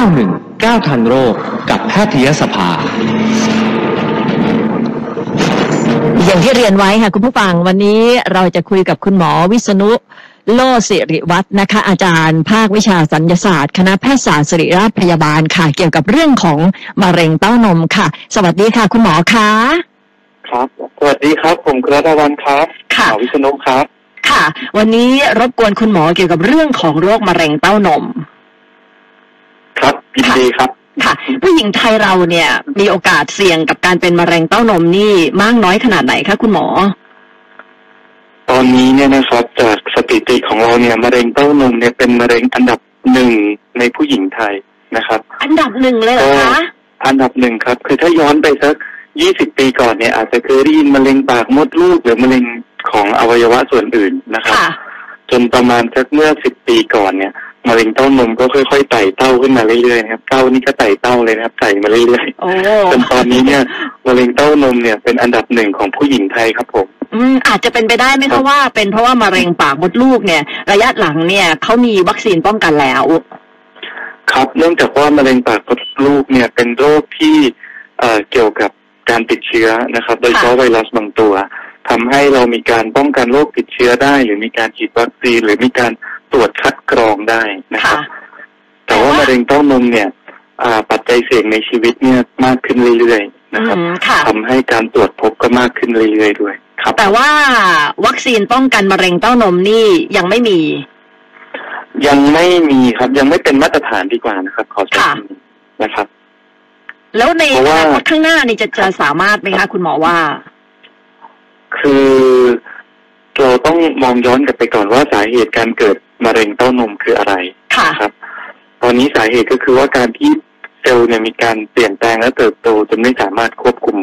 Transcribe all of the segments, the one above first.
91 9ทันโรคกับแพทยสภาอย่างที่เรียนไว้ค่ะคุณผู้ฟังวันนี้เราจะคุยกับคุณหมอวิษณุโลศิริวัฒน์นะคะอาจารย์ภาควิชาศัลยศาสตร์คณะแพทยศาสตร์ศิริราชพยาบาลค่ะเกี่ยวกับเรื่องของมะเร็งเต้านมค่ะสวัสดีค่ะคุณหมอคะครับสวัสดีครับผมกระดาวันครับค่ะวิษณุครับค่ะวันนี้รบกวนคุณหมอเกี่ยวกับเรื่องของโรคมะเร็งเต้านมครับยินดีครับค่ะผู้หญิงไทยเราเนี่ยมีโอกาสเสี่ยงกับการเป็นมะเร็งเต้านมนี่มากน้อยขนาดไหนคะคุณหมอตอนนี้เนี่ยนะครับจากสถิติของเราเนี่ยมะเร็งเต้านมเนี่ยเป็นมะเร็งอันดับหนึ่งในผู้หญิงไทยนะครับอันดับหนึ่งเลยเหรอคะอันดับหนึ่งครับคือถ้าย้อนไปสัก20 ปีก่อนเนี่ยอาจจะเคยได้ยินมะเร็งปากมดลูกหรือมะเร็งของอวัยวะส่วนอื่นนะครับจนประมาณสักเมื่อ10 ปีก่อนเนี่ยมะเร็งเต้านมก็ค่อยๆไต่เต้าขึ้นมาเรื่อยๆนะครับเต้านี่ก็ไต่เต้าเลยนะครับไต่มาเรื่อยๆจนตอนนี้เนี่ยมะเร็งเต้านมเนี่ยเป็นอันดับหนึ่งของผู้หญิงไทยครับผมอาจจะเป็นไปได้ไหมคะว่าเป็นเพราะว่ามะเร็งปากมดลูกเนี่ยระยะหลังเนี่ยเขามีวัคซีนป้องกันแล้วครับเนื่องจากว่ามะเร็งปากมดลูกเนี่ยเป็นโรคที่เกี่ยวกับการติดเชื้อนะครับโดยเฉพาะไวรัสบางตัวทำให้เรามีการป้องกันโรคติดเชื้อได้หรือมีการฉีดวัคซีนหรือมีการตรวจคัดกรองได้นะครับแต่ว่ามะเร็งเต้านมเนี่ยปัจจัยเสี่ยงในชีวิตเนี่ยมากขึ้นเรื่อยๆนะครับทำให้การตรวจพบก็มากขึ้นเรื่อยๆด้วยครับแต่ว่าวัคซีนป้องกันมะเร็งเต้านมนี่ยังไม่มีครับยังไม่เป็นมาตรฐานดีกว่านะครับขอใช้คำนี้นะครับแล้วในอนาคตข้างหน้านี่จะสามารถไหมคะคุณหมอว่าคือเราต้องมองย้อนกลับไปก่อนว่าสาเหตุการเกิดมะเร็งเต้านมคืออะไรครับตอนนี้สาเหตุก็คือว่าการที่เซลล์เนี่ยมีการเปลี่ยนแปลงและเติบโตจนไม่สามารถควบคุม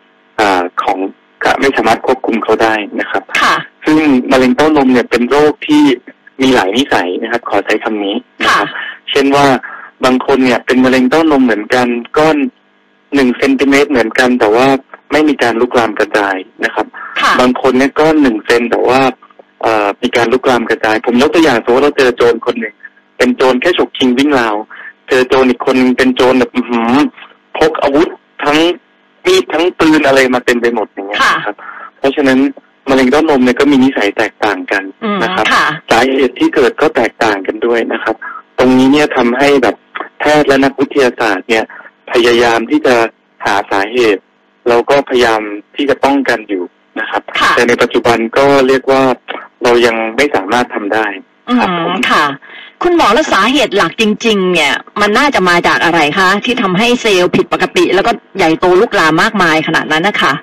ไม่สามารถควบคุมเขาได้นะครับซึ่งมะเร็งเต้านมเนี่ยเป็นโรคที่มีหลายนิสัยนะครับขอใช้คำนี้นะครับเช่นว่าบางคนเนี่ยเป็นมะเร็งเต้านมเหมือนกันก้อน1 เซนติเมตรเหมือนกันแต่ว่าไม่มีการลุกลามกระจายนะครับบางคนเนี่ยก้อน1 เซนแต่ว่ามีการลุกลามกระจายผมยกตัวอย่างสมมติเราเจอโจรคนหนึ่งเป็นโจรแค่ฉกชิงวิ่งราวเจอโจรอีกคนเป็นโจรแบบพกอาวุธทั้งมีดทั้งปืนอะไรมาเต็มไปหมดอย่างเงี้ยครับเพราะฉะนั้นมะเร็งเต้านมเนี่ยก็มีนิสัยแตกต่างกันนะครับสาเหตุที่เกิดก็แตกต่างกันด้วยนะครับตรงนี้เนี่ยทำให้แบบแพทย์และนักวิทยาศาสตร์เนี่ยพยายามที่จะหาสาเหตุเราก็พยายามที่จะป้องกันอยู่นะครับแต่ในปัจจุบันก็เรียกว่าเรายังไม่สามารถทำได้ครับค่ะคุณหมอและสาเหตุหลักจริงๆเนี่ยมันน่าจะมาจากอะไรคะที่ทำให้เซลล์ผิดปกติแล้วก็ใหญ่โตลุกลามมากมายขนาดนั้นนะคะ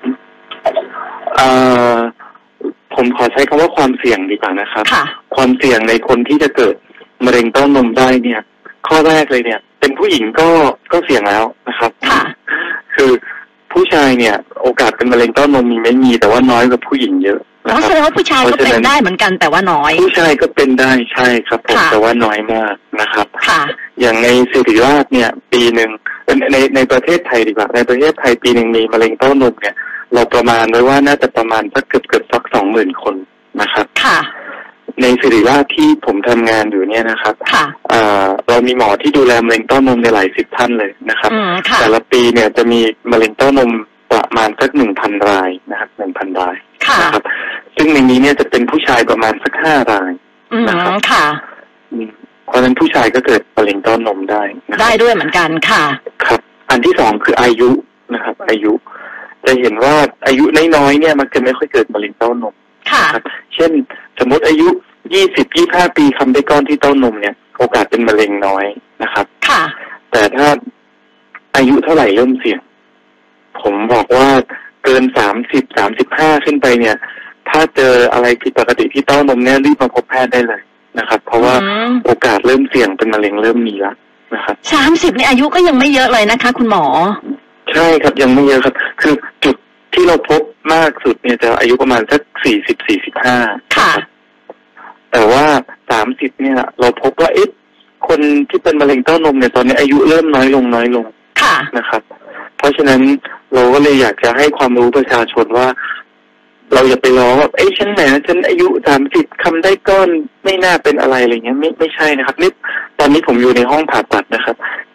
ผมขอใช้คำว่าความเสี่ยงดีกว่านะครับความเสี่ยงในคนที่จะเกิดมะเร็งเต้านมได้เนี่ยข้อแรกเลยเนี่ยเป็นผู้หญิงก็เสี่ยงแล้วนะครับคือผู้ชายเนี่ยโอกาสเป็นมะเร็งเต้านมมีแต่ว่าน้อยกว่าผู้หญิงเยอะนะครับแสดงว่าผู้ชายก็เป็นได้เหมือนกันแต่ว่าน้อยผู้ชายก็เป็นได้ใช่ครับผมแต่ว่าน้อยมากนะครับอย่างในศิริราชเนี่ยปีหนึ่งในประเทศไทยดีกว่าในประเทศไทยปีหนึ่งมีมะเร็งเต้านมเนี่ยเราประมาณไว้ว่าน่าจะประมาณสักเกือบสัก20,000 คนนะครับในศิริราชที่ผมทำงานอยู่เนี่ยนะครับเรามีหมอที่ดูแลมะเร็งเต้านมในหลาย10 ท่านเลยนะครับแต่ละปีเนี่ยจะมีมะเร็งเต้านมประมาณสัก 1,000 รายนะครับ 1,000 รายนะครับซึ่งในนี้เนี่ยจะเป็นผู้ชายประมาณสัก5 รายนะครับเพราะฉะนั้นผู้ชายก็เกิดมะเร็งเต้านมได้ได้ด้วยเหมือนกันค่ะครับอันที่2คืออายุนะครับอายุจะเห็นว่าอายุน้อยๆเนี่ยมันจะไม่ค่อยเกิดมะเร็งเต้านมเช่นสมมติอายุ20-25 ปีคำได้ก้อนที่เต้านมเนี่ยโอกาสเป็นมะเร็งน้อยนะครับแต่ถ้าอายุเท่าไหร่เริ่มเสี่ยงผมบอกว่าเกิน30-35ขึ้นไปเนี่ยถ้าเจออะไรผิดปกติที่เต้านมเนี่ยรีบมาพบแพทย์ได้เลยนะครับเพราะว่าโอกาสเริ่มเสี่ยงเป็นมะเร็งเริ่มมีแล้วนะครับ 30ในอายุก็ยังไม่เยอะเลยนะคะคุณหมอใช่ครับยังไม่เยอะครับคือจุดที่เราพบมากสุดเนี่ยจะอายุประมาณสัก40-45ค่ะแต่ว่า30เนี่ยเราพบว่าคนที่เป็นมะเร็งเต้านมเนี่ยตอนนี้อายุเริ่มน้อยลงนะครับเพราะฉะนั้นเราก็เลยอยากจะให้ความรู้ประชาชนว่าเราอย่าไปล้อว่าฉันอายุ30คำได้ก้อนไม่น่าเป็นอะไรอะไรเงี้ยไม่ใช่นะครับนี่ตอนนี้ผมอยู่ในห้องผ่าตัดนะครับ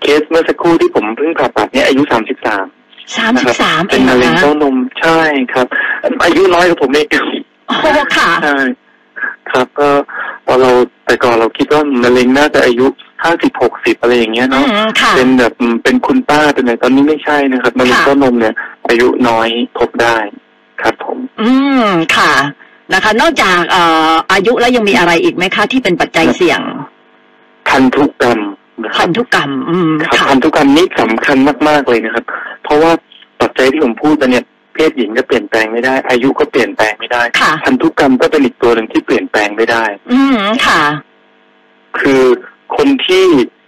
สเมื่อสักครู่ที่ผมเพิ่งผ่าตัดเนี่ยอายุ33เป็นมะเร็งเต้านมใช่ครับอายุน้อยกว่าผมเองโอ้ค่ะใช่ครับก็พอเราแต่ก่อนเราคิดว่ามะเร็งน่าจะอายุ50-60อะไรอย่างเงี้ยเนาะเป็นแบบเป็นคุณป้าเป็นอะไรตอนนี้ไม่ใช่นะครับมะเร็งเต้านมเนี่ยอายุน้อยพบได้ครับผมค่ะนะคะนอกจากอายุแล้วยังมีอะไรอีกไหมคะที่เป็นปัจจัยเสี่ยงพันธุกรรมพันธุกรรมครับพันธุกรรมนี่สำคัญมากๆเลยนะครับเพราะว่าปัจจัยที่ผมพูดไปเนี่ยเพศหญิงก็เปลี่ยนแปลงไม่ได้อายุก็เปลี่ยนแปลงไม่ได้พันธุกรรมก็เป็นอีกตัวหนึ่งที่เปลี่ยนแปลงไม่ได้ค่ะคือคนที่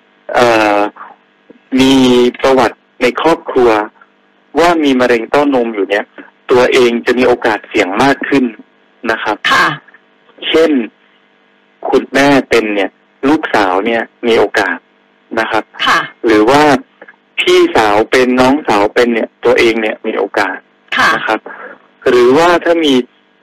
มีประวัติในครอบครัวว่ามีมะเร็งเต้านมอยู่เนี่ยตัวเองจะมีโอกาสเสี่ยงมากขึ้นนะครับเช่นคุณแม่เป็นเนี่ยลูกสาวเนี่ยมีโอกาสนะครับหรือว่าพี่สาวเป็นน้องสาวเป็นเนี่ยตัวเองเนี่ยมีโอกาสนะครับหรือว่าถ้ามี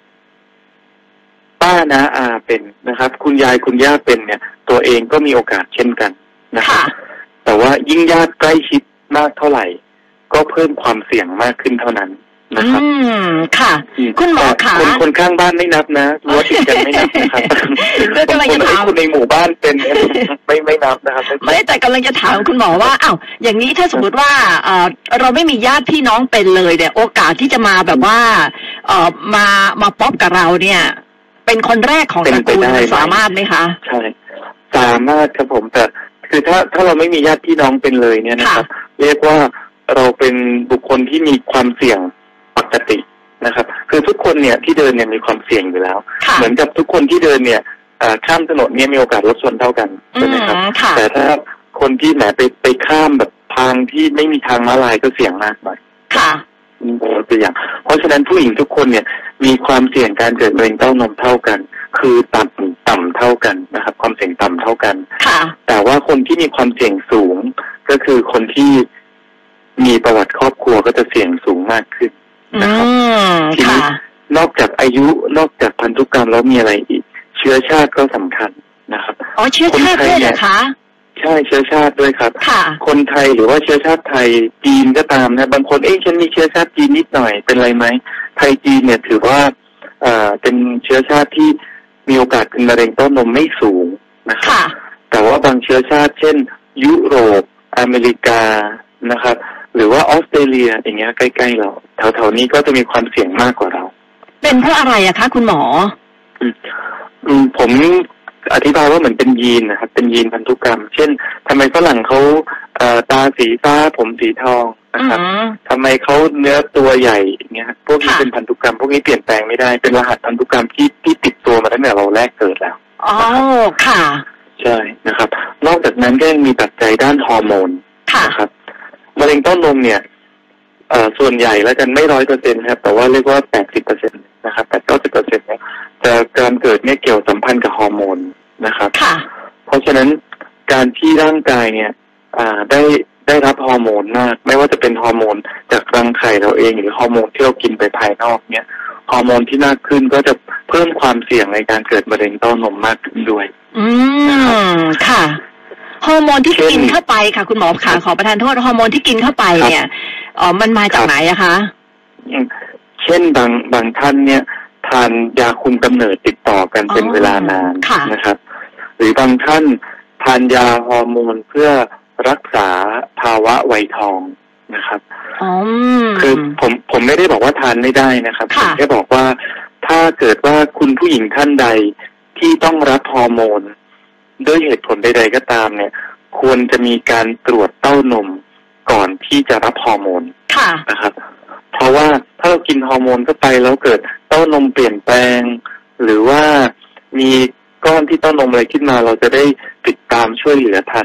ป้าน้าอาเป็นนะครับคุณยายคุณย่าเป็นเนี่ยตัวเองก็มีโอกาสเช่นกันนะครับแต่ว่ายิ่งญาติใกล้ชิดมากเท่าไหร่ก็เพิ่มความเสี่ยงมากขึ้นเท่านั้นนะครับค่ะคุณหมอคะคนข้างบ้านไม่นับนะรั้วติดกันไม่นับนะครับคนในหมู่บ้านเป็นไม่นับนะครับไม่แต่กำลังจะถามคุณหมอว่าอ้าวอย่างนี้ถ้าสมมติว่าเราไม่มีญาติพี่น้องเป็นเลยเนี่ยโอกาสที่จะมาแบบว่ามาป๊อปกับเราเนี่ยเป็นคนแรกของตระกูลสามารถไหมคะใช่สามารถครับผมแต่คือถ้าเราไม่มีญาติพี่น้องเป็นเลยเนี่ยนะครับเรียกว่าเราเป็นบุคคลที่มีความเสี่ยงปกตินะครับคือทุกคนเนี่ยที่เดินเนี่ยมีความเสี่ยงอยู่แล้วเหมือนกับทุกคนที่เดินเนี่ยข้ามถนนเนี่ยมีโอกาสรถชนเท่ากันใช่ไหมครับแต่ถ้าคนที่แหมไปข้ามแบบทางที่ไม่มีทางม้าลายก็เสี่ยงมากหน่อยตัวอย่างเพราะฉะนั้นผู้หญิงทุกคนเนี่ยมีความเสี่ยงการเกิดมะเร็งเต้านมเท่ากันคือต่ำเท่ากันนะครับความเสี่ยงต่ำเท่ากันแต่ว่าคนที่มีความเสี่ยงสูงก็คือคนที่มีประวัติครอบครัวก็จะเสี่ยงสูงมากขึ้นนะครับทีนี้นอกจากอายุนอกจากพันธุกรรมแล้วมีอะไรอีกเชื้อชาติก็สำคัญนะครับเชื้อชาติด้วยเหรอคะใช่เชื้อชาติด้วยครับคนไทยหรือว่าเชื้อชาติไทยจีนก็ตามนะบางคนฉันมีเชื้อชาติจีนนิดหน่อยเป็นไรไหมไทยจีนเนี่ยถือว่าเป็นเชื้อชาติที่มีโอกาสเป็นมะเร็งเต้านมไม่สูงนะครับแต่ว่าบางเชื้อชาติเช่นยุโรปอเมริกานะครับหรือว่าออสเตรเลียอย่างเงี้ยใกล้ๆเราแถวๆนี้ก็จะมีความเสี่ยงมากกว่าเราเป็นเพราะอะไรอะคะคุณหมอผมอธิบายว่าเหมือนเป็นยีนนะครับเป็นยีนพันธุกรรมเช่นทำไมฝรั่งเขาตาสีฟ้าผมสีทองนะครับทำไมเขาเนื้อตัวใหญ่อย่างเงี้ยพวกนี้เป็นพันธุกรรมพวกนี้เปลี่ยนแปลงไม่ได้เป็นรหัสพันธุกรรมที่ติดตัวมาตั้งแต่เราแรกเกิดแล้วค่ะใช่นะครับนอกจากนั้นก็ยังมีปัจจัยด้านฮอร์โมนนะครับมะเร็งเต้านมเนี่ยส่วนใหญ่แล้วกันไม่100%ครับแต่ว่าเรียกว่า 80% นะครับ 80-90% เนี่ยจะการเกิดเนี่ยเกี่ยวสัมพันธ์กับฮอร์โมนนะครับเพราะฉะนั้นการที่ร่างกายเนี่ยได้รับฮอร์โมนมากไม่ว่าจะเป็นฮอร์โมนจากรังไข่เราเองหรือฮอร์โมนที่เรากินไปภายนอกเนี่ยฮอร์โมนที่มากขึ้นก็จะเพิ่มความเสี่ยงในการเกิดมะเร็งเต้านมมากขึ้นด้วยค่ะฮอร์โมนที่กินเข้าไปค่ะคุณหมอค่ะขอประทานโทษฮอร์โมนที่กินเข้าไปเนี่ยมันมาจากไหนอะคะเช่นบางท่านเนี่ยทานยาคุมกำเนิดติดต่อกันเป็นเวลานานนะครับหรือบางท่านทานยาฮอร์โมนเพื่อรักษาภาวะวัยทองนะครับคือผมไม่ได้บอกว่าทานไม่ได้นะครับผมแค่บอกว่าถ้าเกิดว่าคุณผู้หญิงท่านใดที่ต้องรับฮอร์โมนด้วยเหตุผลใดๆก็ตามเนี่ยควรจะมีการตรวจเต้านมก่อนที่จะรับฮอร์โมนนะครับเพราะว่าถ้าเรากินฮอร์โมนเข้าไปแล้วเกิดเต้านมเปลี่ยนแปลงหรือว่ามีก้อนที่เต้านมอะไรขึ้นมาเราจะได้ติดตามช่วยเหลือทัน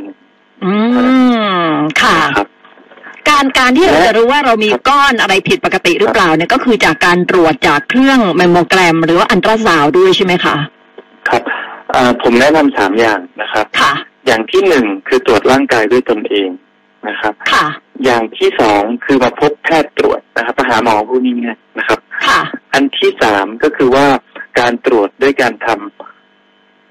ค่ะการที่เราจะรู้ว่าเรามีก้อนอะไรผิดปกติหรือเปล่าเนี่ยก็คือจากการตรวจจากเครื่องแมมโมแกรมหรือว่าอัลตราซาวด์ด้วยใช่ไหมคะครับผมแนะนำ3อย่างนะครับอย่างที่1คือตรวจร่างกายด้วยตนเองนะครับอย่างที่2คือมาพบแพทย์ตรวจนะครับไปหาหมอผู้นี้ไงนะครับอันที่3ก็คือว่าการตรวจด้วยการท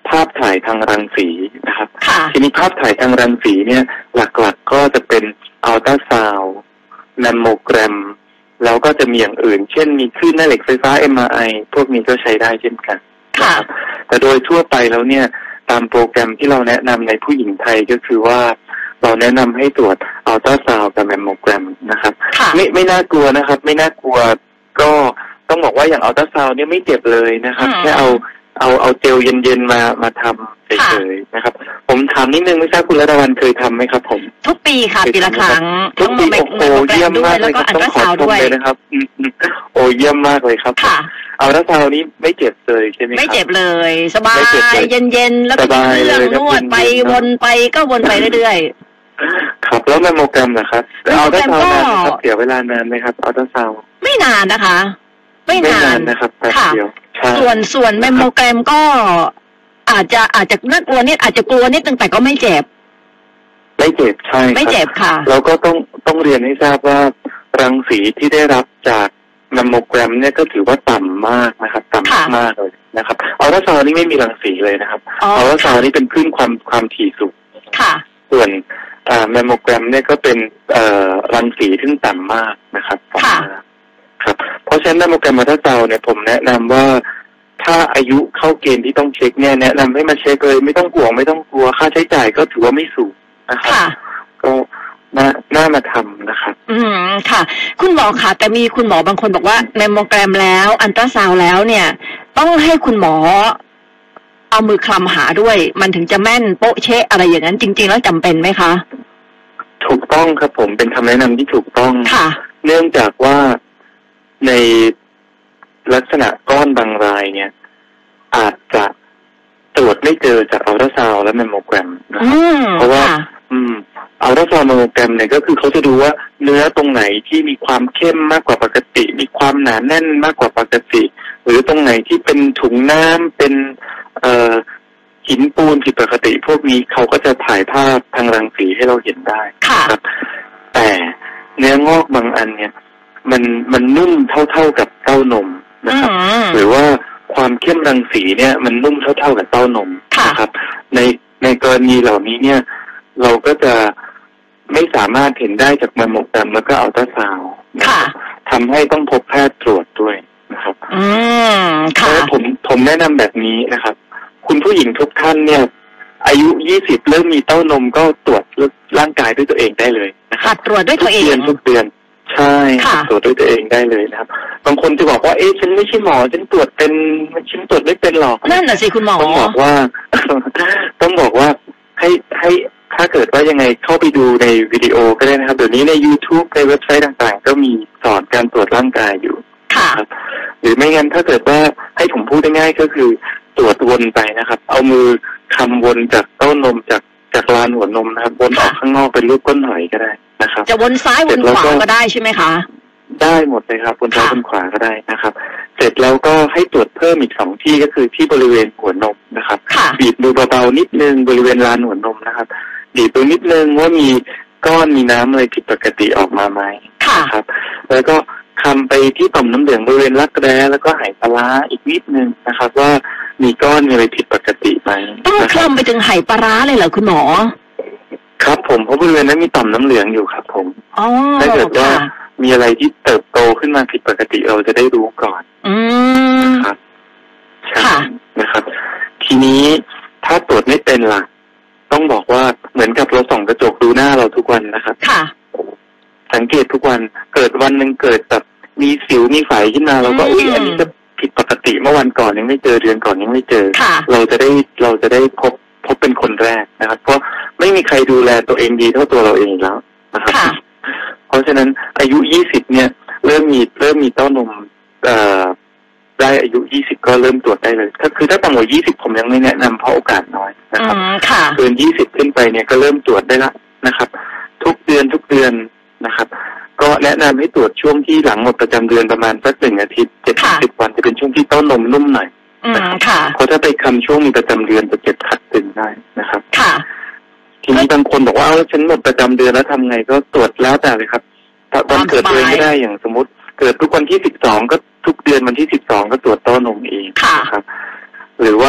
ภาพถ่ายทางรังสีนะครับทีนี้ภาพถ่ายทางรังสีเนี่ยหลักๆก็จะเป็นอัลตราซาวด์แมมโมแกรมแล้วก็จะมีอย่างอื่นเช่นมีคลื่นแม่เหล็กไฟฟ้า MRI พวกนี้ก็ใช้ได้เช่นกันแต่โดยทั่วไปแล้วเนี่ยตามโปรแกรมที่เราแนะนำในผู้หญิงไทยก็คือว่าเราแนะนำให้ตรวจอัลตราซาวด์กับแมมโมแกรมนะครับไม่น่ากลัวนะครับไม่น่ากลัวก็ต้องบอกว่าอย่างอัลตราซาวด์เนี่ยไม่เจ็บเลยนะครับแค่เอาเจลเย็นๆมาทำเฉยๆนะครับผมถามนิดนึงไม่ทราบคุณรัตวันเคยทำไหมครับผมทุกปีค่ะปีละครั้งทุกปีโอ้เยี่ยมมากเลยครับต้องขอชมเลยนะครับโอ้เยี่ยมมากเลยครับอัลตราซาวด์นี้ไม่เจ็บเลยใช่ไหมครับไม่เจ็บเลยสบายเย็นๆแล้วก็เครื่องนวดไปวนไปก็วนไปเรื่อยๆครับแล้วแมมโมแกรมนะครับอัลตราซาวด์นานครับเสียเวลานานไหมครับอัลตราซาวด์ไม่นานนะคะไม่นานนะครับแป๊บเดียวส่วนแมมโมแกรมก็อาจจะน่ากลัวนิดอาจจะกลัวนิดนึงแต่ก็ไม่เจ็บใช่ไม่เจ็บค่ะแล้วก็ต้องเรียนให้ทราบว่ารังสีที่ได้รับจากแมมโมแกรมเนี่ยก็ถือว่าต่ำมากนะครับต่ำมากเลยนะครับอัลตราซาวด์นี่ไม่มีรังสีเลยนะครับอัลตราซาวด์นี่เป็นคลื่นความถี่สูงส่วนแมมโมแกรมเนี่ยก็เป็นรังสีที่ต่ำมากนะครับครับเพราะฉะนั้นแมมโมแกรมอัลตราซาวด์เนี่ยผมแนะนำว่าถ้าอายุเข้าเกณฑ์ที่ต้องเช็คเนี่ยแนะนำให้มาเช็คเลยไม่ต้องกลัวค่าใช้จ่ายก็ถือว่าไม่สูงนะครับก็น่ามาทำนะครับค่ะคุณหมอค่ะแต่มีคุณหมอบางคนบอกว่าแมมโมแกรมแล้วอัลตราซาวด์แล้วเนี่ยต้องให้คุณหมอเอามือคลำหาด้วยมันถึงจะแม่นโป๊ะเช๊ะอะไรอย่างนั้นจริงๆแล้วจำเป็นไหมคะถูกต้องครับผมเป็นคำแนะนำที่ถูกต้องค่ะเนื่องจากว่าในลักษณะก้อนบางรายเนี่ยอาจจะตรวจไม่เจอจากอัลตราซาวด์และแมมโมแกรมนะครับเพราะว่าอัลตราซาวด์แมมโมแกรมเนี่ยก็คือเขาจะดูว่าเนื้อตรงไหนที่มีความเข้มมากกว่าปกติมีความหนาแน่นมากกว่าปกติหรือตรงไหนที่เป็นถุงน้ำเป็นหินปูนผิดปกติพวกนี้เขาก็จะถ่ายภาพทางรังสีให้เราเห็นได้ครับแต่เนื้องอกบางอันเนี่ยมันนุ่มเท่ากับเต้านมนะครับหรือว่าความเข้มรังสีเนี่ยมันนุ่มเท่ากับเต้านมนะครับในกรณีเหล่านี้เนี่ยเราก็จะไม่สามารถเห็นได้จากแมมโมแกรมแล้วก็อัลตราซาวด์ทำให้ต้องพบแพทย์ตรวจด้วยนะครับแล้วผมแนะนำแบบนี้นะครับคุณผู้หญิงทุกท่านเนี่ยอายุ20เริ่มมีเต้านมก็ตรวจร่างกายด้วยตัวเองได้เลยนะครับตรวจด้วยตัวเองทุกเดือนใช่ตรวจด้วยตัวเองได้เลยนะครับบางคนจะบอกว่าฉันไม่ใช่หมอฉันตรวจไม่เป็นหรอกนั่นน่ะสิคุณหมอต้องบอกว่าให้ถ้าเกิดว่ายังไงเข้าไปดูในวิดีโอก็ได้นะครับเดี๋ยวนี้ใน YouTube ในเว็บไซต์ต่างๆก็มีสอนการตรวจร่างกายอยู่ครับหรือไม่งั้นถ้าเกิดว่าให้ผมพูดได้ง่ายก็คือตรวจวนไปนะครับเอามือคำวนจากเต้านมจากลานหัวนมนะครับวนออกข้างนอกเป็นรูปก้นหอยก็ได้นะครับจะวนซ้ายวนขวาก็ได้ใช่ไหมคะได้หมดเลยครับวนซ้ายวนขวาก็ได้นะครับเสร็จแล้วก็ให้ตรวจเพิ่มอีก2ที่ก็คือที่บริเวณหัวนมนะครับบีบมือเบาๆนิดนึงบริเวณลานหัวนมนะครับบีบตัวนิดนึงว่ามีก้อนมีน้ำอะไรผิดปกติออกมาไหมนะครับแล้วก็คำไปที่ต่อมน้ำเหลืองบริเวณรักแร้แล้วก็ไหปลาร้าอีกนิดนึงนะครับว่ามีก้อนมีอะไรผิดปกติไหมต้องคลำไปถึงไหปลาร้าเลยเหรอคุณหมอครับผมเพราะบริเวณนั้นมีต่อมน้ำเหลืองอยู่ครับผมถ้าเกิดว่ามีอะไรที่เติบโตขึ้นมาผิดปกติเราจะได้รู้ก่อนนะครับใช่นะครับ ทีนี้ถ้าตรวจไม่เป็นล่ะต้องบอกว่าเหมือนกับเราส่องกระจกดูหน้าเราทุกวันนะครับสังเกตทุกวันเกิดวันหนึ่งเกิดแบบมีสิวมีไฝขึ้นมาเราก็อันนี้จะผิดปกติเมื่อวันก่อนยังไม่เจอเดือนก่อนยังไม่เจอเราจะได้พบเป็นคนแรกนะครับเพราะไม่มีใครดูแลตัวเองดีเท่าตัวเราเองแล้วนะครับเพราะฉะนั้นอายุ20เนี่ยเริ่มมีเต้านมได้อายุ20ก็เริ่มตรวจได้เลยถ้าต่ำกว่า20ผมยังไม่แนะนำเพราะโอกาสน้อยนะครับเกิน20ขึ้นไปเนี่ยก็เริ่มตรวจได้ละนะครับทุกเดือนนะครับก็แนะนำให้ตรวจช่วงที่หลังหมดประจำเดือนประมาณสัก1 อาทิตย์ 7-10 วันจะเป็นช่วงที่เต้านมนุ่มหน่อยเพราะถ้าไปคำช่วงมีประจำเดือนจะเจ็บขัดตึงได้นะครับทีนี้บางคนบอกว่าฉันหมดประจำเดือนแล้วทำไงก็ตรวจแล้วแต่เลยครับวันเกิดตัวเองไม่ได้อย่างสมมติเกิดทุกวันที่12ก็ทุกเดือนวันที่12ก็ตรวจเต้านมเองนะครับหรือว่าแบบ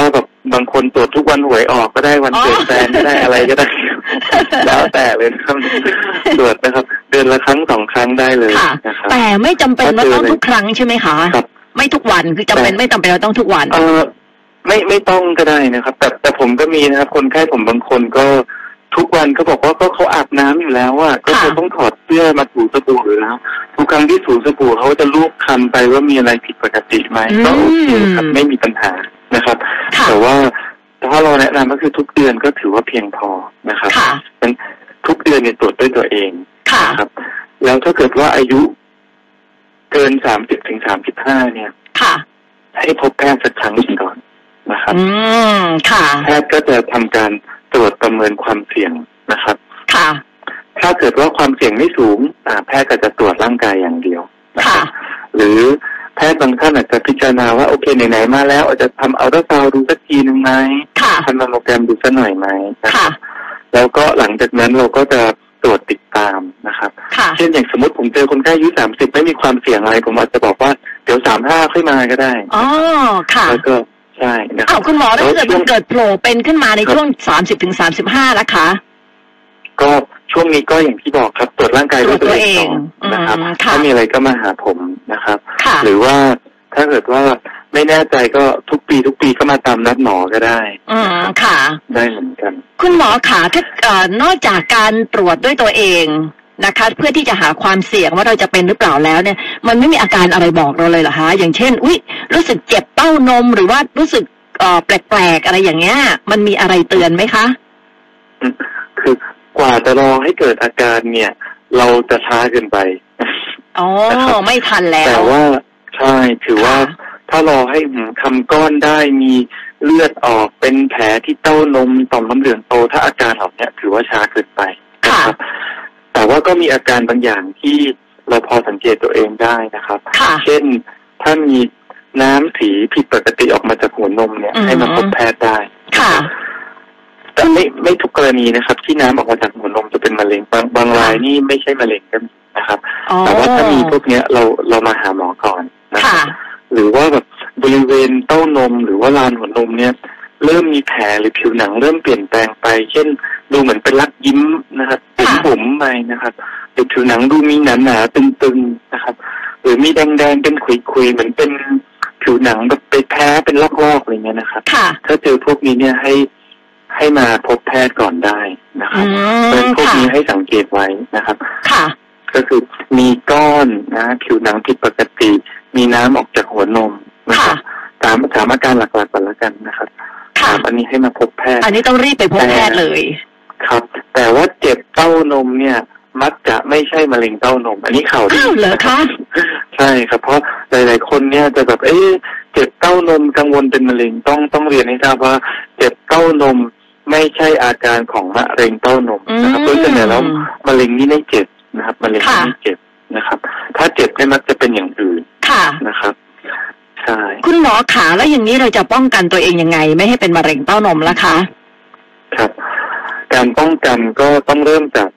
บางคนตรวจทุกวันหวยออกก็ได้วันเกิดแฟนก็ได้อะไรก็ได้แล้วแต่เลยครับตรวจนะครับเดือนละครั้ง2 ครั้งได้เลยนะครับแต่ไม่จำเป็นว่าต้องทุกครั้งใช่ไหมคะไม่ทุกวันคือจำเป็นไม่จำเป็นเราต้องทุกวันไม่ต้องก็ได้นะครับแต่ผมก็มีนะครับคนไข้ผมบางคนก็ทุกวันเขาบอกว่าก็เขาอาบน้ำอยู่แล้วอ่ะก็เขาต้องถอดเสื้อมาถูสบู่อยู่แล้วทุกครั้งที่ถูสบู่เขาจะลูบคำไปว่ามีอะไรผิดปกติไหมก็โอเคครับไม่มีปัญหานะครับแต่ว่าถ้าเราแนะนำก็คือทุกเดือนก็ถือว่าเพียงพอนะครับทุกเดือนเนี่ยตรวจด้วยตัวเองนะครับแล้วถ้าเกิดว่าอายุเกิน30 ถึง 35เนี่ยให้พบแพทย์สักครั้งหนึ่งก่อนนะครับแพทย์ก็จะทำการตรวจประเมินความเสี่ยงนะครับถ้าเกิดว่าความเสี่ยงไม่สูงแพทย์ก็จะตรวจร่างกายอย่างเดียวนะครับหรือแพทย์บางท่านอาจจะพิจารณาว่าโอเคไหนๆมาแล้วอาจจะทำอัลตราซาวด์ดูสักทีนึงไหมทำแมมโมแกรมดูสักหน่อยไหมนะครับแล้วก็หลังจากนั้นเราก็จะตรวจติดตามนะครับเช่นอย่างสมมติผมเจอคนไข้อายุ30ไม่มีความเสี่ยงอะไรผมอาจจะบอกว่าเดี๋ยว35ค่อยมาก็ได้อ๋อค่ะแล้วก็ใช่นะครับคุณหมอถ้าเกิดมันเกิดโผล่เป็นขึ้นมาในช่วง30 ถึง 35แล้วคะก็ช่วงนี้ก็อย่างที่บอกครับตรวจร่างกายด้วยตัวเองนะครับถ้ามีอะไรก็มาหาผมนะครับหรือว่าถ้าเกิดว่าไม่แน่ใจก็ทุกปีก็มาตามนัดหมอก็ได้ค่ะได้เหมือนกันคุณหมอคะถ้านอกจากการตรวจด้วยตัวเองนะคะเพื่อที่จะหาความเสี่ยงว่าเราจะเป็นหรือเปล่าแล้วเนี่ยมันไม่มีอาการอะไรบอกเราเลยเหรอคะอย่างเช่นรู้สึกเจ็บเต้านมหรือว่ารู้สึกแปลกๆอะไรอย่างเงี้ยมันมีอะไรเตือนไหมคะคือกว่าจะรอให้เกิดอาการเนี่ยเราจะช้าเกินไปไม่ทันแล้วแต่ว่าใช่ถือว่าถ้ารอให้ทำก้อนได้มีเลือดออกเป็นแผลที่เต้านมต่อมน้ำเหลืองโตถ้าอาการเหล่านี้ถือว่าช้าเกินไปนะครับแต่ว่าก็มีอาการบางอย่างที่เราพอสังเกตตัวเองได้นะครับเช่นถ้ามีน้ำสีผิดปกติออกมาจากหัวนมเนี่ยให้มาพบแพทย์ได้แต่ไม่ทุกกรณีนะครับที่น้ำออกมาจากหัวนมจะเป็นมะเร็งบางรายนี่ไม่ใช่มะเร็งกันนะครับแต่ว่าถ้ามีพวกนี้เรามาหาหมอก่อนนะครับหรือว่าแบบบริเวณเต้านมหรือว่าลานหัวนมเนี่ยเริ่มมีแผลหรือผิวหนังเริ่มเปลี่ยนแปลงไปเช่นดูเหมือนเป็นรักยิ้มนะครับเป็นผมไปนะครับหรือผิวหนังดูมีหนาๆตึงๆนะครับหรือมีแดงๆเป็นขุยๆเหมือนเป็นผิวหนังแบบไปแพ้เป็นลอกๆอะไรเงี้ยนะครับถ้าเจอพวกนี้เนี่ยให้มาพบแพทย์ก่อนได้นะครับเป็นพวกนี้ให้สังเกตไว้นะครับก็คือมีก้อนนะผิวหนังผิดปกติมีน้ำออกจากหัวนมนะครับถามอาการหลักๆก่อนแล้วกันนะครับอันนี้ให้มาพบแพทย์อันนี้ต้องรีบไปพบแพทย์เลยครับแต่ว่าเจ็บเต้านมเนี่ยมักจะไม่ใช่มะเร็งเต้านมอันนี้ข่าวดีเหรอคะใช่ครับเพราะหลายๆคนเนี่ยจะแบบเจ็บเต้านมกังวลเป็นมะเร็งต้องเรียนให้ทราบว่าเจ็บเต้านมไม่ใช่อาการของมะเร็งเต้านมนะครับโดยเฉลี่ยแล้วมะเร็งนี่ไม่เจ็บนะครับมะเร็งไม่เจ็บนะครับถ้าเจ็บเนี่ยมักจะเป็นอย่างอื่นนะครับใช่คุณหมอขาแล้วอย่างนี้เราจะป้องกันตัวเองยังไงไม่ให้เป็นมะเร็งเต้านมล่ะคะครับการป้องกันก็ต้องเริ่มจาก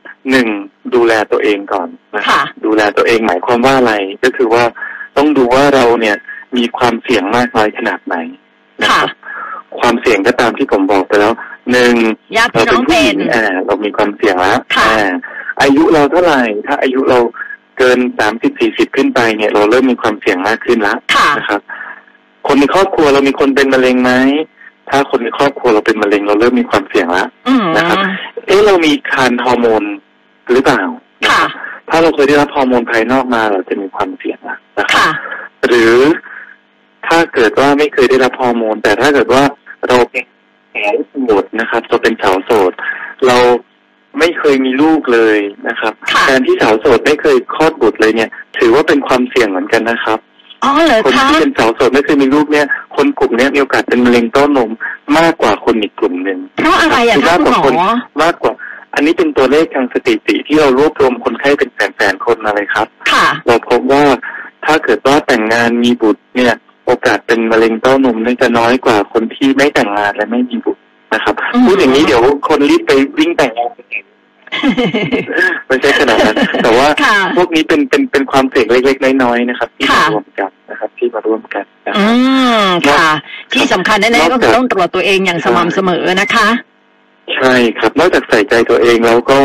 1ดูแลตัวเองก่อนนะครับดูแลตัวเองหมายความว่าอะไรก็คือว่าต้องดูว่าเราเนี่ยมีความเสี่ยงมากน้อยขนาดไหนนะครับความเสี่ยงก็ตามที่ผมบอกไปแล้ว1 เราเป็นผู้หญิงเรามีความเสี่ยงแล้วอายุเราเท่าไหร่ถ้าอายุเราเกิน30-40ขึ้นไปเนี่ยเราเริ่มมีความเสี่ยงมากขึ้นแล้วนะครับคนในครอบครัวเรามีคนเป็นมะเร็งไหมถ้าคนในครอบครัวเราเป็นมะเร็งเราเริ่มมีความเสี่ยงแล้วนะครับเรามีทานฮอร์โมนหรือเปล่าถ้าเราเคยได้รับฮอร์โมนภายนอกมาเราจะมีความเสี่ยงนะครับหรือถ้าเกิดว่าไม่เคยได้รับฮอร์โมนแต่ถ้าเกิดว่าเราเป็นแสวโสดนะครับเราเป็นสาวโสดเราไม่เคยมีลูกเลยนะครับการที่สาวโสดไม่เคยคลอดบุตรเลยเนี่ยถือว่าเป็นความเสี่ยงเหมือนกันนะครับคนที่เป็นสาวโสดไม่เคยมีลูกเนี่ยคนกลุ่มนี้มีโอกาสเป็นมะเร็งเต้านมมากกว่าคนอีกกลุ่มหนึ่งเพราะอะไรอะคะคุณหมอมากกว่าอันนี้เป็นตัวเลขทางสถิติที่เรารวบรวมคนไข้เป็นแสนๆคนอะไรครับเราพบว่าถ้าเกิดว่าแต่งงานมีบุตรเนี่ยโอกาสเป็นมะเร็งเต้านมจะน้อยกว่าคนที่ไม่แต่งงานและไม่มีบุตรนะครับพูดอย่างนี้เดี๋ยวคนรีบไปวิ่งแต่งงานไม่ใช่ขนาดนั้นแต่ว่าพวกนี้เป็นความเสี่ยงเล็กๆน้อยๆนะครับที่มารวมกันนะครับที่มาร่วมกันค่ะที่สำคัญแน่ๆก็คือต้องตรวจตัวเองอย่างสม่ำเสมอนะคะใช่ครับนอกจากใส่ใจตัวเองแล้วก็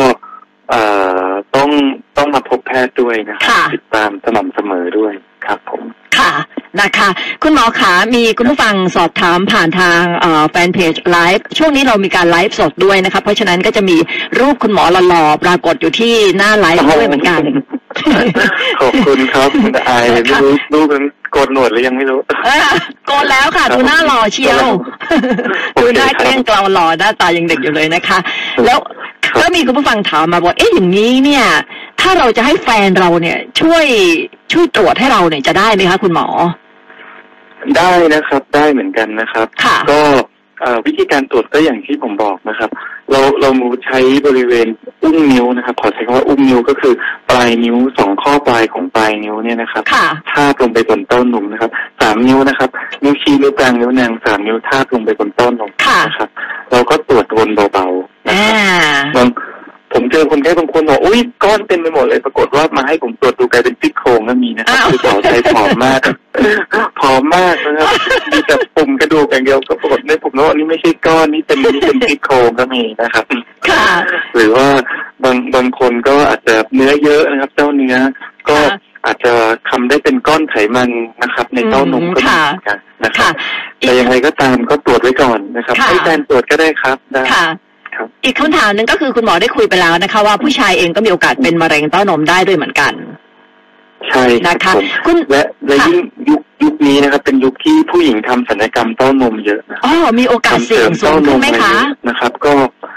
ต้องมาพบแพทย์ด้วยนะครับติดตามสม่ำเสมอด้วยครับผมค่ะนะคะคุณหมอขามีคุณผู้ฟังสอบถามผ่านทางแฟนเพจไลฟ์ช่วงนี้เรามีการไลฟ์สดด้วยนะคะเพราะฉะนั้นก็จะมีรูปคุณหมอหล่อๆปรากฏอยู่ที่หน้าไลฟ์ด้วยเหมือนกันขอบคุณครับคุณไอไม่รู้รูปนั้นโกนหนวดหรือยังไม่รู้โกนแล้วค่ะดูหน้าหล่อเชียวดูหน้าเกลี้ยงเกลาหล่อหน้าตายังเด็กอยู่เลยนะคะแล้วก็มีคุณผู้ฟังถามมาบอกอย่างนี้เนี่ยถ้าเราจะให้แฟนเราเนี่ยช่วยตรวจให้เราเนี่ยจะได้ไหมคะคุณหมอได้นะครับได้เหมือนกันนะครับก็วิธีการตรวจก็อย่างที่ผมบอกนะครับเราใช้บริเวณอุ้งนิ้วนะครับขอใช้คำว่าอุ้งนิ้วก็คือปลายนิ้ว2ข้อปลายของปลายนิ้วเนี่ยนะครับทาบลงไปบนเต้านมนะครับ3นิ้วนะครับนิ้วชี้นิ้วกลางนิ้วนาง3นิ้วทาบลงไปบนเต้านมนะครับเราก็ตรวจวนเบาๆนะครับผมเจอคนแค่บางคนบอกอุ้ยก้อนเต็มไปหมดเลยปรากฏว่ามาให้ผมตรวจดูกลายเป็นซี่โครงก็มีนะครับคือต่อใจผอมมากนะครับมีแต่ปุ่มกระดูกอย่างเดียวก็ปรากฏในผมว่านี่ไม่ใช่ก้อนนี่เป็นซี่โครงก็มีนะครับหรือว่าบางคนก็อาจจะเนื้อเยอะนะครับเจ้าเนื้อก็อาจจะทำได้เป็นก้อนไขมันนะครับในเต้านมก็มีกันนะครับแต่ยังไงก็ตามก็ตรวจไว้ก่อนนะครับให้แฟนตรวจก็ได้ครับได้อีกคำถามหนึ่งก็คือคุณหมอได้คุยไปแล้วนะคะว่าผู้ชายเองก็มีโอกาสเป็นมะเร็งเต้านมได้ด้วยเหมือนกันใช่นะคะและยิ่งยุคนี้นะครับเป็นยุคที่ผู้หญิงทำศัลยกรรมเต้านมเยอะนะมีโอกาสเสี่ยงสูงขึ้นไหมคะนะครับก็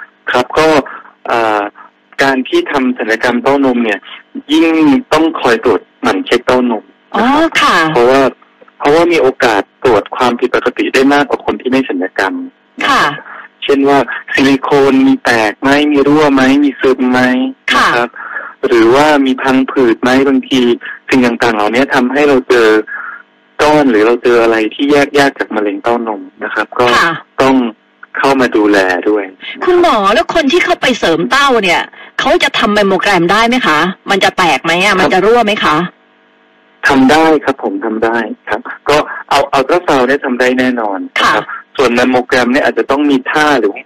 การที่ทำศัลยกรรมเต้านมเนี่ยยิ่งต้องคอยตรวจหมั่นเช็คเต้านมค่ะเพราะว่ามีโอกาสตรวจความผิดปกติได้มากกว่าคนที่ไม่ศัลยกรรมค่ะเช่นว่าซิลิโคนมีแตกไหมมีรั่วไหมมีซึมไหมนะครับหรือว่ามีพังผืดไหมบางทีสิ่งต่างๆเหล่านี้ทำให้เราเจอก้อนหรือเราเจออะไรที่แยกจากมะเร็งเต้านมนะครับก็ต้องเข้ามาดูแลด้วยคุณหมอแล้วคนที่เข้าไปเสริมเต้าเนี่ยเขาจะทำแมมโมแกรมได้ไหมคะมันจะแตกไหมมันจะรั่วไหมคะทำได้ครับผมทำได้ครับก็เอาอัลตราซาวด์ได้ทำได้แน่นอนครับส่วนแมมโมแกรมเนี่ยอาจจะต้องมีท่าหรือ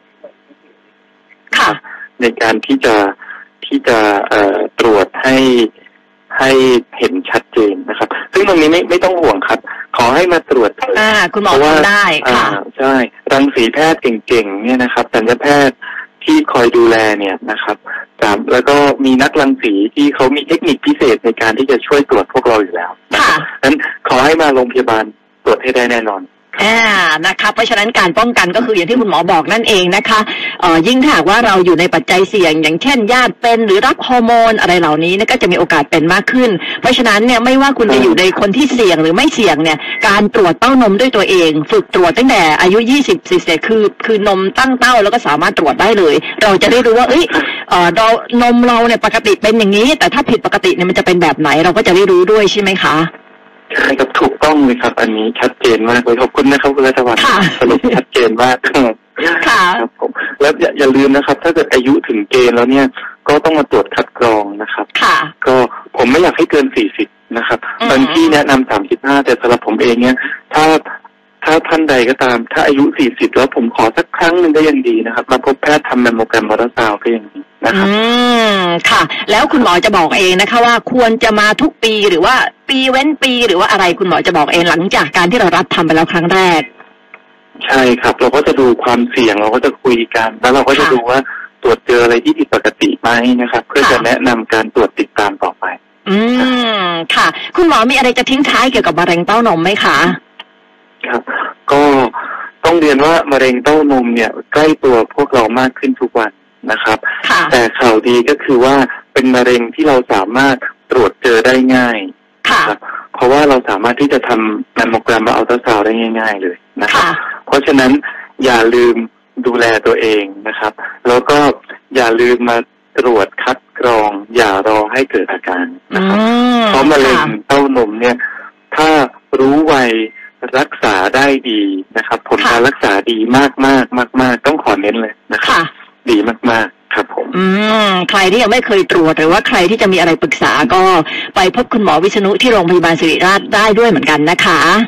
ในการที่จะตรวจให้เห็นชัดเจนนะครับซึ่งตรงนี้ไม่ต้องห่วงครับขอให้มาตรวจคุณหมอทำได้ค่ะใช่รังสีแพทย์เก่งๆเนี่ยนะครับศัลยแพทย์ที่คอยดูแลเนี่ยนะครับแล้วก็มีนักรังสีที่เขามีเทคนิคพิเศษในการที่จะช่วยตรวจพวกเราอยู่แล้วนะครับงั้นขอให้มาโรงพยาบาลตรวจให้ได้แน่นอนนะคะเพราะฉะนั้นการป้องกันก็คืออย่างที่คุณหมอบอกนั่นเองนะคะยิ่งถ้าหากว่าเราอยู่ในปัจจัยเสี่ยงอย่างเช่นญาติเป็นหรือรับฮอร์โมนอะไรเหล่านี้ก็จะมีโอกาสเป็นมากขึ้นเพราะฉะนั้นเนี่ยไม่ว่าคุณจะอยู่ในคนที่เสี่ยงหรือไม่เสี่ยงเนี่ยการตรวจเต้านมด้วยตัวเองฝึกตรวจตั้งแต่อายุ20คือนมตั้งเต้าแล้วก็สามารถตรวจได้เลยเราจะได้รู้ว่านมเราเนี่ยปกติเป็นอย่างนี้แต่ถ้าผิดปกติเนี่ยมันจะเป็นแบบไหนเราก็จะได้รู้ด้วยใช่ไหมคะใช่ครับถูกต้องเลยครับอันนี้ชัดเจนมากเลยขอบคุณนะครับคุณรัตวัฒน์สรุปชัดเจนมากครับผมแล้วอย่าลืมนะครับถ้าเกิดอายุถึงเกณฑ์แล้วเนี่ยก็ต้องมาตรวจคัดกรองนะครับก็ผมไม่อยากให้เกิน40นะครับบางที่แนะนำ35แต่สำหรับผมเองเนี่ยถ้าท่านใดก็ตามถ้าอายุ40แล้วผมขอสักครั้งหนึ่งก็ยังดีนะครับมาพบแพทย์ทำแมมโมแกรมอัลตราซาวด์ก็ยังดีนะครับค่ะแล้วคุณหมอจะบอกเองนะคะว่าควรจะมาทุกปีหรือว่าปีเว้นปีหรือว่าอะไรคุณหมอจะบอกเองหลังจากการที่เรารับทำไปแล้วครั้งแรกใช่ครับเราก็จะดูความเสี่ยงเราก็จะคุยกันแล้วเราก็จะดูว่าตรวจเจออะไรที่ผิดปกติไหมนะครับเพื่อจะแนะนำการตรวจติดตามต่อไปค่ะคุณหมอมีอะไรจะทิ้งท้ายเกี่ยวกับมะเร็งเต้านมไหมคะครับก็ต้องเรียนว่ามะเร็งเต้านมเนี่ยใกล้ตัวพวกเรามากขึ้นทุกวันนะครับแต่ข่าวดีก็คือว่าเป็นมะเร็งที่เราสามารถตรวจเจอได้ง่ายครับเพราะว่าเราสามารถที่จะทำแมมโมแกรมและอัลตราซาวด์ได้ง่ายๆเลยนะครับเพราะฉะนั้นอย่าลืมดูแลตัวเองนะครับแล้วก็อย่าลืมมาตรวจคัดกรองอย่ารอให้เกิดอาการนะครับเพราะมะเร็งเต้านมเนี่ยถ้ารู้ไวรักษาได้ดีนะครับผลการรักษาดีมากต้องขอเน้นเลยนะครับดีมากๆครับผมใครที่ยังไม่เคยตรวจหรือว่าใครที่จะมีอะไรปรึกษาก็ไปพบคุณหมอวิษณุที่โรงพยาบาลศิริราชได้ด้วยเหมือนกันนะคะ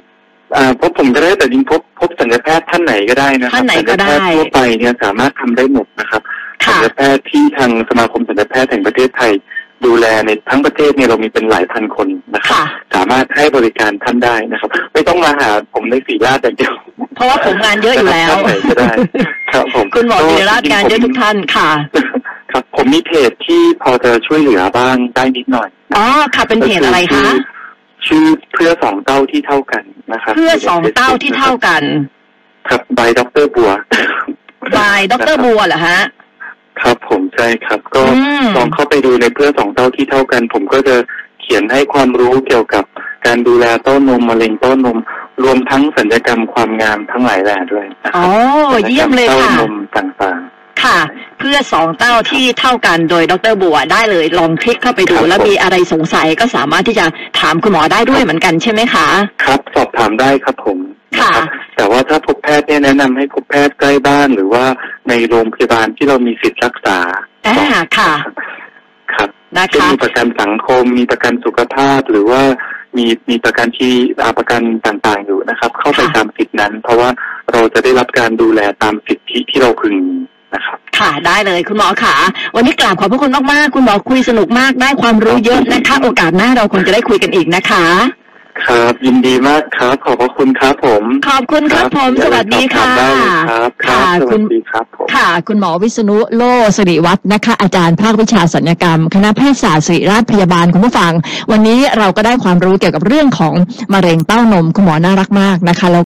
พบผมก็ได้แต่จริงพบศัลยแพทย์ท่านไหนก็ได้นะครับท่านไหนก็ได้ศัลยแพทย์ทั่วไปเนี่ยสามารถทำได้หมดนะครับศัลยแพทย์ที่ทางสมาคมศัลยแพทย์แห่งประเทศไทยดูแลในทั้งประเทศเนี่ยเรามีเป็นหลายพันคนนะครับสามารถให้บริการท่านได้นะครับไม่ต้องมาหาผมในศรีราชอย่างเดียวเพราะว่าผมงานเยอะอยู่แล้วท่านไหนก็ได้ครับผมคุณหมอศรีราชงานเยอะทุกท่านค่ะครับผมมีเพจที่พอจะช่วยเหลือบ้างได้นิดหน่อยอ๋อค่ะเป็นเพจอะไรคะชื่อเพื่อสองเต้าที่เท่ากันนะครับเพื่อสองเต้าที่เท่ากันครับบายดร.บัวบายดร.บัวเหรอฮะครับผมใช่ครับก็ลองเข้าไปดูในเพื่อสองเต้าที่เท่ากันผมก็จะเขียนให้ความรู้เกี่ยวกับการดูแลเต้านมมะเร็งเต้านมรวมทั้งศัลยกรรมความงามทั้งหลายแหล่ด้วยอ๋อเยี่ยมเลยค่ะเต้านมต่างๆค่ะเพื่อสองเต้าที่เท่ากันโดยดร.บัวได้เลยลองคลิกเข้าไปดูแล้วมีอะไรสงสัยก็สามารถที่จะถามคุณหมอได้ด้วยเหมือนกันใช่ไหมคะครับสอบถามได้ครับผมค่ะแต่ว่าถ้าพบแพทย์เนี่ยแนะนำให้พบแพทย์ใกล้บ้านหรือว่าในโรงพยาบาลที่เรามีสิทธิ์รักษาค่ะครับนะคะมีประกันสังคมมีประกันสุขภาพหรือว่ามีประกันที่ประกันต่างๆอยู่นะครับเข้าไปตามสิทธินั้นเพราะว่าเราจะได้รับการดูแลตามสิทธิที่เราพึงมีนะครับค่ะได้เลยคุณหมอค่ะวันนี้กราบขอบพระคุณมากๆคุณหมอคุยสนุกมากได้ความรู้เยอะนะคะโอกาสหน้าเราคงจะได้คุยกันอีกนะคะครับยินดีมากครับขอบพระคุณครับผมขอบคุณครับผมสวัสดีค่ะค่ะสวัสดีครับผมค่ะคุณหมอวิษณุโลสิริวัฒน์นะคะอาจารย์ภาควิชาศัลยกรรมคณะแพทยศาสตร์ศิริราชพยาบาลคุณผู้ฟังวันนี้เราก็ได้ความรู้เกี่ยวกับเรื่องของมะเร็งเต้านมคุณหมอน่ารักมากนะคะ